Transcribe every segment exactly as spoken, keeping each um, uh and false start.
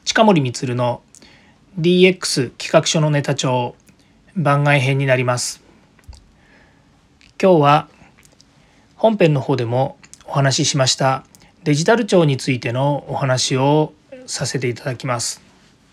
近森光の ディーエックス 企画書のネタ帳番外編になります。今日は本編の方でもお話ししましたデジタル庁についてのお話をさせていただきます。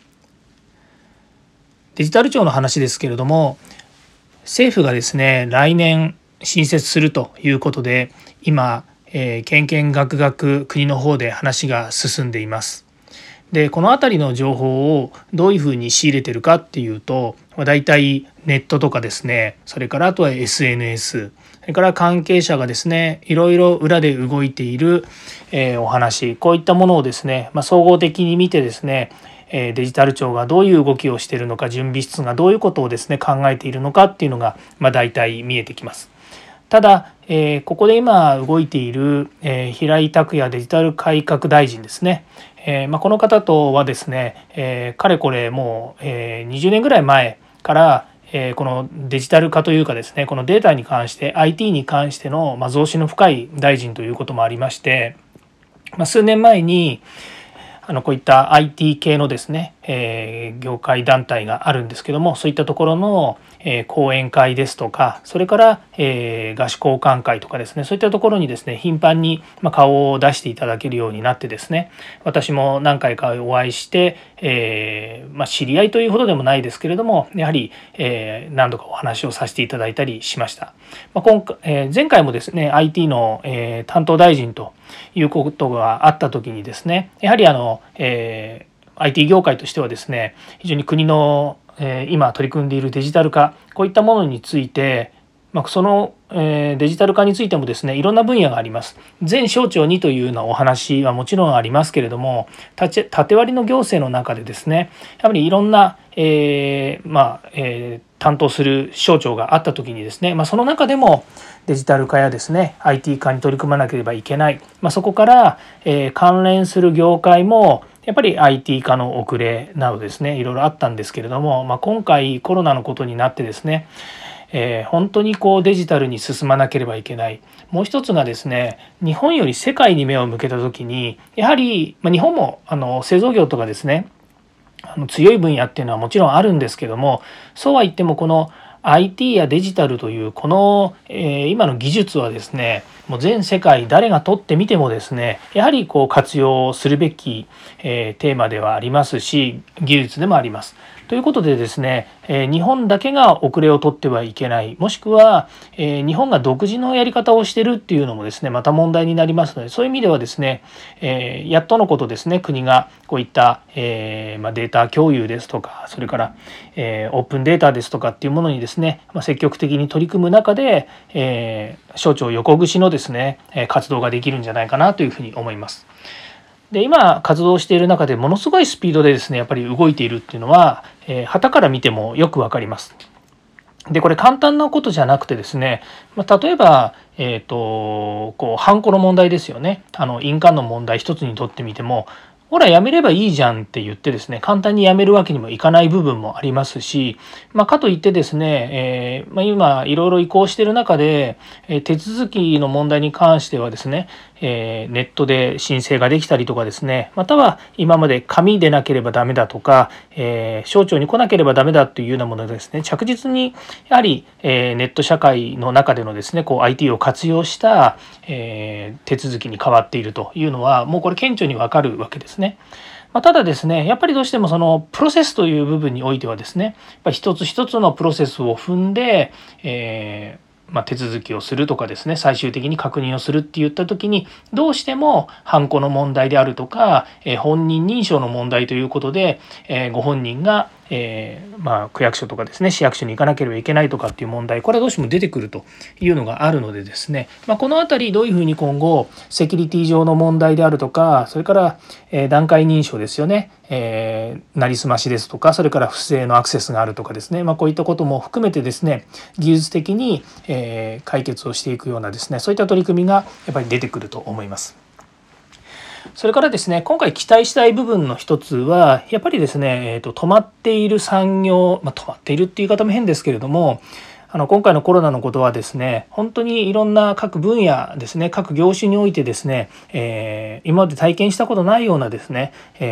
デジタル庁の話ですけれども、政府がですね来年新設するということで今、えー、けんけんがくがく国の方で話が進んでいます。でこの辺りの情報をどういうふうに仕入れてるかっていうと、だいたいネットとかですね、それからあとは エスエヌエス、それから関係者がですねいろいろ裏で動いている、えー、お話、こういったものをですね、まあ、総合的に見てですね、えー、デジタル庁がどういう動きをしているのか、準備室がどういうことをですね考えているのかっていうのが、まあ、大体見えてきます。ただ、えー、ここで今動いている、えー、平井卓也デジタル改革大臣ですね、えーまあ、この方とはですね、えー、かれこれもう、えー、にじゅうねんぐらい前から、えー、このデジタル化というかですね、このデータに関して アイティー に関しての、まあ、増資の深い大臣ということもありまして、まあ、数年前にあのこういった アイティー 系のですね、えー、業界団体があるんですけども、そういったところの、えー、講演会ですとか、それから、えー、賀詞交換会とかですね、そういったところにですね頻繁に、まあ、顔を出していただけるようになってですね、私も何回かお会いして、えーまあ、知り合いというほどでもないですけれども、やはり、えー、何度かお話をさせていただいたりしました。まあ、今回、えー、前回もですね アイティー の、えー、担当大臣ということがあった時にですね、やはりあの、えー、アイティー 業界としてはですね、非常に国の、えー、今取り組んでいるデジタル化、こういったものについて、まあ、その、えー、デジタル化についてもですね、いろんな分野があります。全省庁にというようなお話はもちろんありますけれども、縦割りの行政の中でですね、やはりいろんな、えー、まあ、えー、担当する省庁があった時にですね、まあ、その中でもデジタル化やですね アイティー 化に取り組まなければいけない、まあ、そこから、えー、関連する業界もやっぱり アイティー 化の遅れなどですねいろいろあったんですけれども、まあ、今回コロナのことになってですね、えー、本当にこうデジタルに進まなければいけない。もう一つがですね、日本より世界に目を向けた時にやはり、まあ、日本もあの製造業とかですねあの強い分野っていうのはもちろんあるんですけども、そうは言ってもこの アイティー やデジタルというこの、えー、今の技術はですね、もう全世界誰が取ってみてもですね、やはりこう活用するべき、えー、テーマではありますし、技術でもあります。ということでですね、えー、日本だけが遅れを取ってはいけない、もしくは、えー、日本が独自のやり方をしているっていうのもですね、また問題になりますので、そういう意味ではですね、えー、やっとのことですね、国がこういった、えーまあ、データ共有ですとか、それから、えー、オープンデータですとかっていうものにですね、まあ、積極的に取り組む中で、えー、省庁横串のですね、活動ができるんじゃないかなというふうに思います。で今活動している中でものすごいスピードでですねやっぱり動いているっていうのは、えー、旗から見てもよくわかります。でこれ簡単なことじゃなくてですね、まあ、例えば、えーと、こうハンコの問題ですよね。あの印鑑の問題一つにとってみても、ほらやめればいいじゃんって言ってですね簡単にやめるわけにもいかない部分もありますし、まあ、かといってですね、えーまあ、今いろいろ移行している中で、えー、手続きの問題に関してはですね、えー、ネットで申請ができたりとかですね、または今まで紙でなければダメだとか、えー、省庁に来なければダメだというようなものですね、着実にやはり、えー、ネット社会の中でのですねこう アイティー を活用した、えー、手続きに変わっているというのはもうこれ顕著にわかるわけですね。まあ、ただですねやっぱりどうしてもそのプロセスという部分においてはですねやっぱり一つ一つのプロセスを踏んで、えーまあ、手続きをするとかですね最終的に確認をするって言った時にどうしてもハンコの問題であるとか、えー、本人認証の問題ということで、えー、ご本人がえー、まあ区役所とかですね市役所に行かなければいけないとかっていう問題、これはどうしても出てくるというのがあるのでですね、まあ、このあたりどういうふうに今後セキュリティ上の問題であるとか、それから、えー、段階認証ですよね、えー、なりすましですとか、それから不正のアクセスがあるとかですね、まあ、こういったことも含めてですね技術的に、えー、解決をしていくようなですねそういった取り組みがやっぱり出てくると思います。それからですね、今回期待したい部分の一つは、やっぱりですね、えーと、止まっている産業、まあ、止まっているっていう言い方も変ですけれども、あの今回のコロナのことはですね、本当にいろんな各分野ですね、各業種においてですね、えー、今まで体験したことないようなですね、えー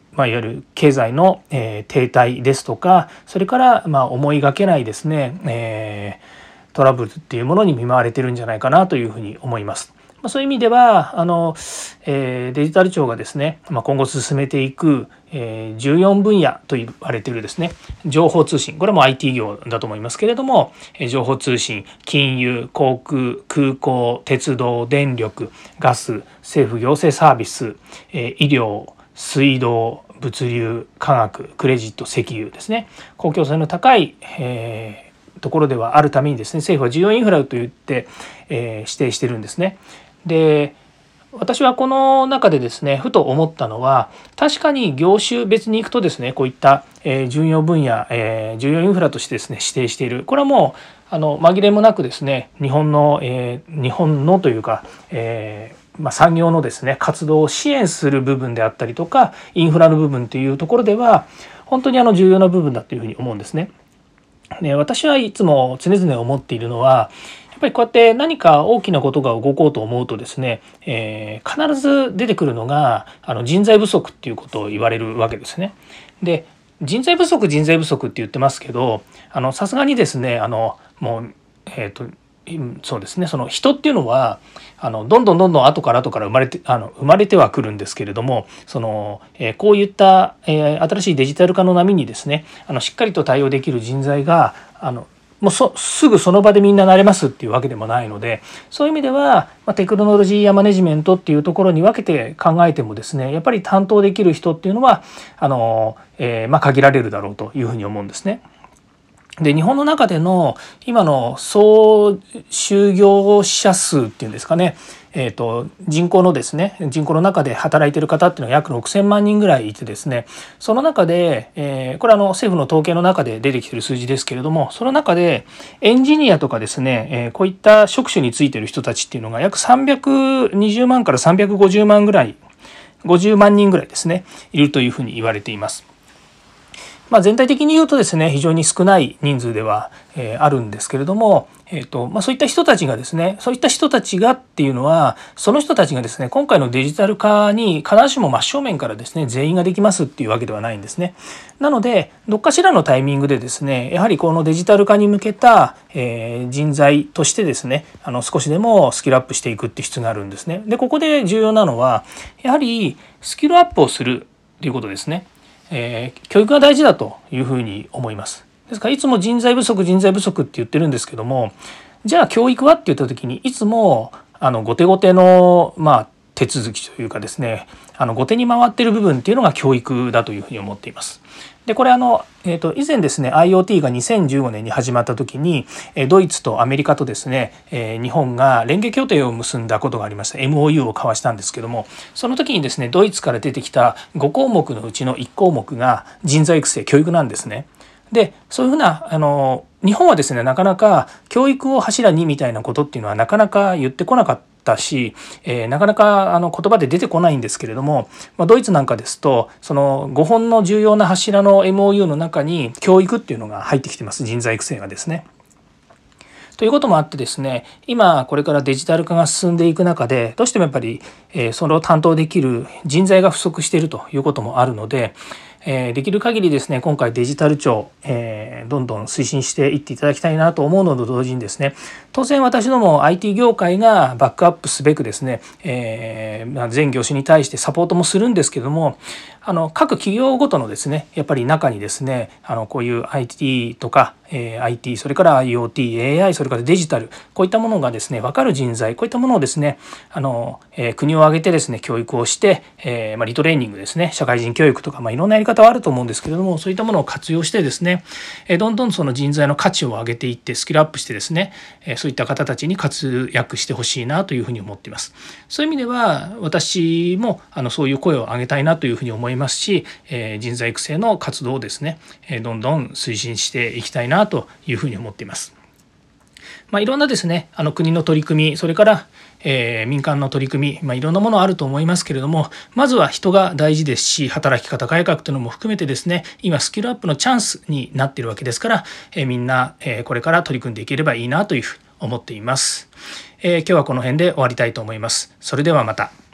まあ、いわゆる経済の、えー、停滞ですとか、それからまあ思いがけないですね、えー、トラブルっていうものに見舞われてるんじゃないかなというふうに思います。まあ、そういう意味ではあの、えー、デジタル庁がですね、まあ、今後進めていく、えー、じゅうよんぶんやと言われているですね、情報通信、これも アイティー 業だと思いますけれども、えー、情報通信、金融、航空、空港、鉄道、電力、ガス、政府行政サービス、えー、医療、水道、物流、化学、クレジット、石油ですね、公共性の高い、えーところではあるためにですね、政府は重要インフラといって、えー、指定してるんですね。で、私はこの中でですね、ふと思ったのは、確かに業種別に行くとですね、こういった、えー、重要分野、えー、重要インフラとしてですね、指定している。これはもうあの紛れもなくですね、日本の、えー、日本のというか、えーまあ、産業のですね、活動を支援する部分であったりとか、インフラの部分というところでは、本当にあの重要な部分だというふうに思うんですね。で、私はいつも常々思っているのは、やっぱりこうやって何か大きなことが動こうと思うとですね、えー、必ず出てくるのがあの人材不足っていうことを言われるわけですね。で、人材不足人材不足って言ってますけど、あのさすがにですね、あのもうえっとそうですね、その人っていうのはあのどんどんどんどん後から後から生まれてあの生まれてはくるんですけれども、その、えー、こういった、えー、新しいデジタル化の波にですね、あのしっかりと対応できる人材があのもうそすぐその場でみんななれますっていうわけでもないので、そういう意味では、まあ、テクノロジーやマネジメントっていうところに分けて考えてもですね、やっぱり担当できる人っていうのはあの、えーまあ、限られるだろうというふうに思うんですね。で、日本の中での今の総就業者数っていうんですかね、えーと、人口のですね、人口の中で働いている方っていうのは約ろくせんまんにんぐらいいてですね、その中で、えー、これはあの政府の統計の中で出てきている数字ですけれども、その中でエンジニアとかですね、えー、こういった職種についている人たちっていうのが約さんびゃくにじゅうまんからさんびゃくごじゅうまんぐらい、ごじゅうまんにんぐらいですね、いるというふうに言われています。まあ、全体的に言うとですね、非常に少ない人数では、えー、あるんですけれども、えーとまあ、そういった人たちがですね、そういった人たちがっていうのは、その人たちがですね、今回のデジタル化に必ずしも真正面からですね、全員ができますっていうわけではないんですね。なので、どっかしらのタイミングでですね、やはりこのデジタル化に向けた、えー、人材としてですね、あの少しでもスキルアップしていくって必要があるんですね。で、ここで重要なのは、やはりスキルアップをするということですね。えー、教育が大事だというふうに思います。ですからいつも人材不足人材不足って言ってるんですけども、じゃあ教育はって言った時にいつもあの後手後手のまあ手続きというかですね、あの後手に回っている部分っていうのが教育だというふうに思っています。で、これあの、えー、と以前ですね アイオーティー がにせんじゅうごねんに始まった時にドイツとアメリカとですね、えー、日本が連携協定を結んだことがありました。 エムオーユー を交わしたんですけども、その時にですねドイツから出てきたごこうもくのうちのいっこうもくが人材育成教育なんですね。で、そういうふうなあの日本はですねなかなか教育を柱にみたいなことっていうのはなかなか言ってこなかったし、えー、なかなかあの言葉で出てこないんですけれども、まあ、ドイツなんかですとそのごほんの重要な柱の エムオーユー の中に教育っていうのが入ってきてます。人材育成がですね。ということもあってですね、今これからデジタル化が進んでいく中でどうしてもやっぱり、えー、それを担当できる人材が不足しているということもあるので、えー、できる限りですね今回デジタル庁、えー、どんどん推進していっていただきたいなと思うのと同時にですね、当然私ども アイティー 業界がバックアップすべくですね、えー、全業種に対してサポートもするんですけども、あの各企業ごとのですねやっぱり中にですねあのこういう アイティー とか、えー、アイティー それから アイオーティー、エーアイ それからデジタル、こういったものがですね分かる人材、こういったものをですねあの、えー、国を挙げてですね教育をして、えーまあ、リトレーニングですね、社会人教育とか、まあ、いろんなやり方はあると思うんですけれども、そういったものを活用してですね、えー、どんどんその人材の価値を上げていってスキルアップしてですね、えー、そういった方たちに活躍してほしいなというふうに思っています。そういう意味では私もあのそういう声を上げたいなというふうに思いますし、えー、人材育成の活動をですね、えー、どんどん推進していきたいなというふうに思っています。まあ、いろんなですねあの国の取り組み、それから、えー、民間の取り組み、まあ、いろんなものあると思いますけれども、まずは人が大事ですし、働き方改革というのも含めてですね今スキルアップのチャンスになっているわけですから、えー、みんな、えー、これから取り組んでいければいいなというふうに思っています。えー、今日はこの辺で終わりたいと思います。それではまた。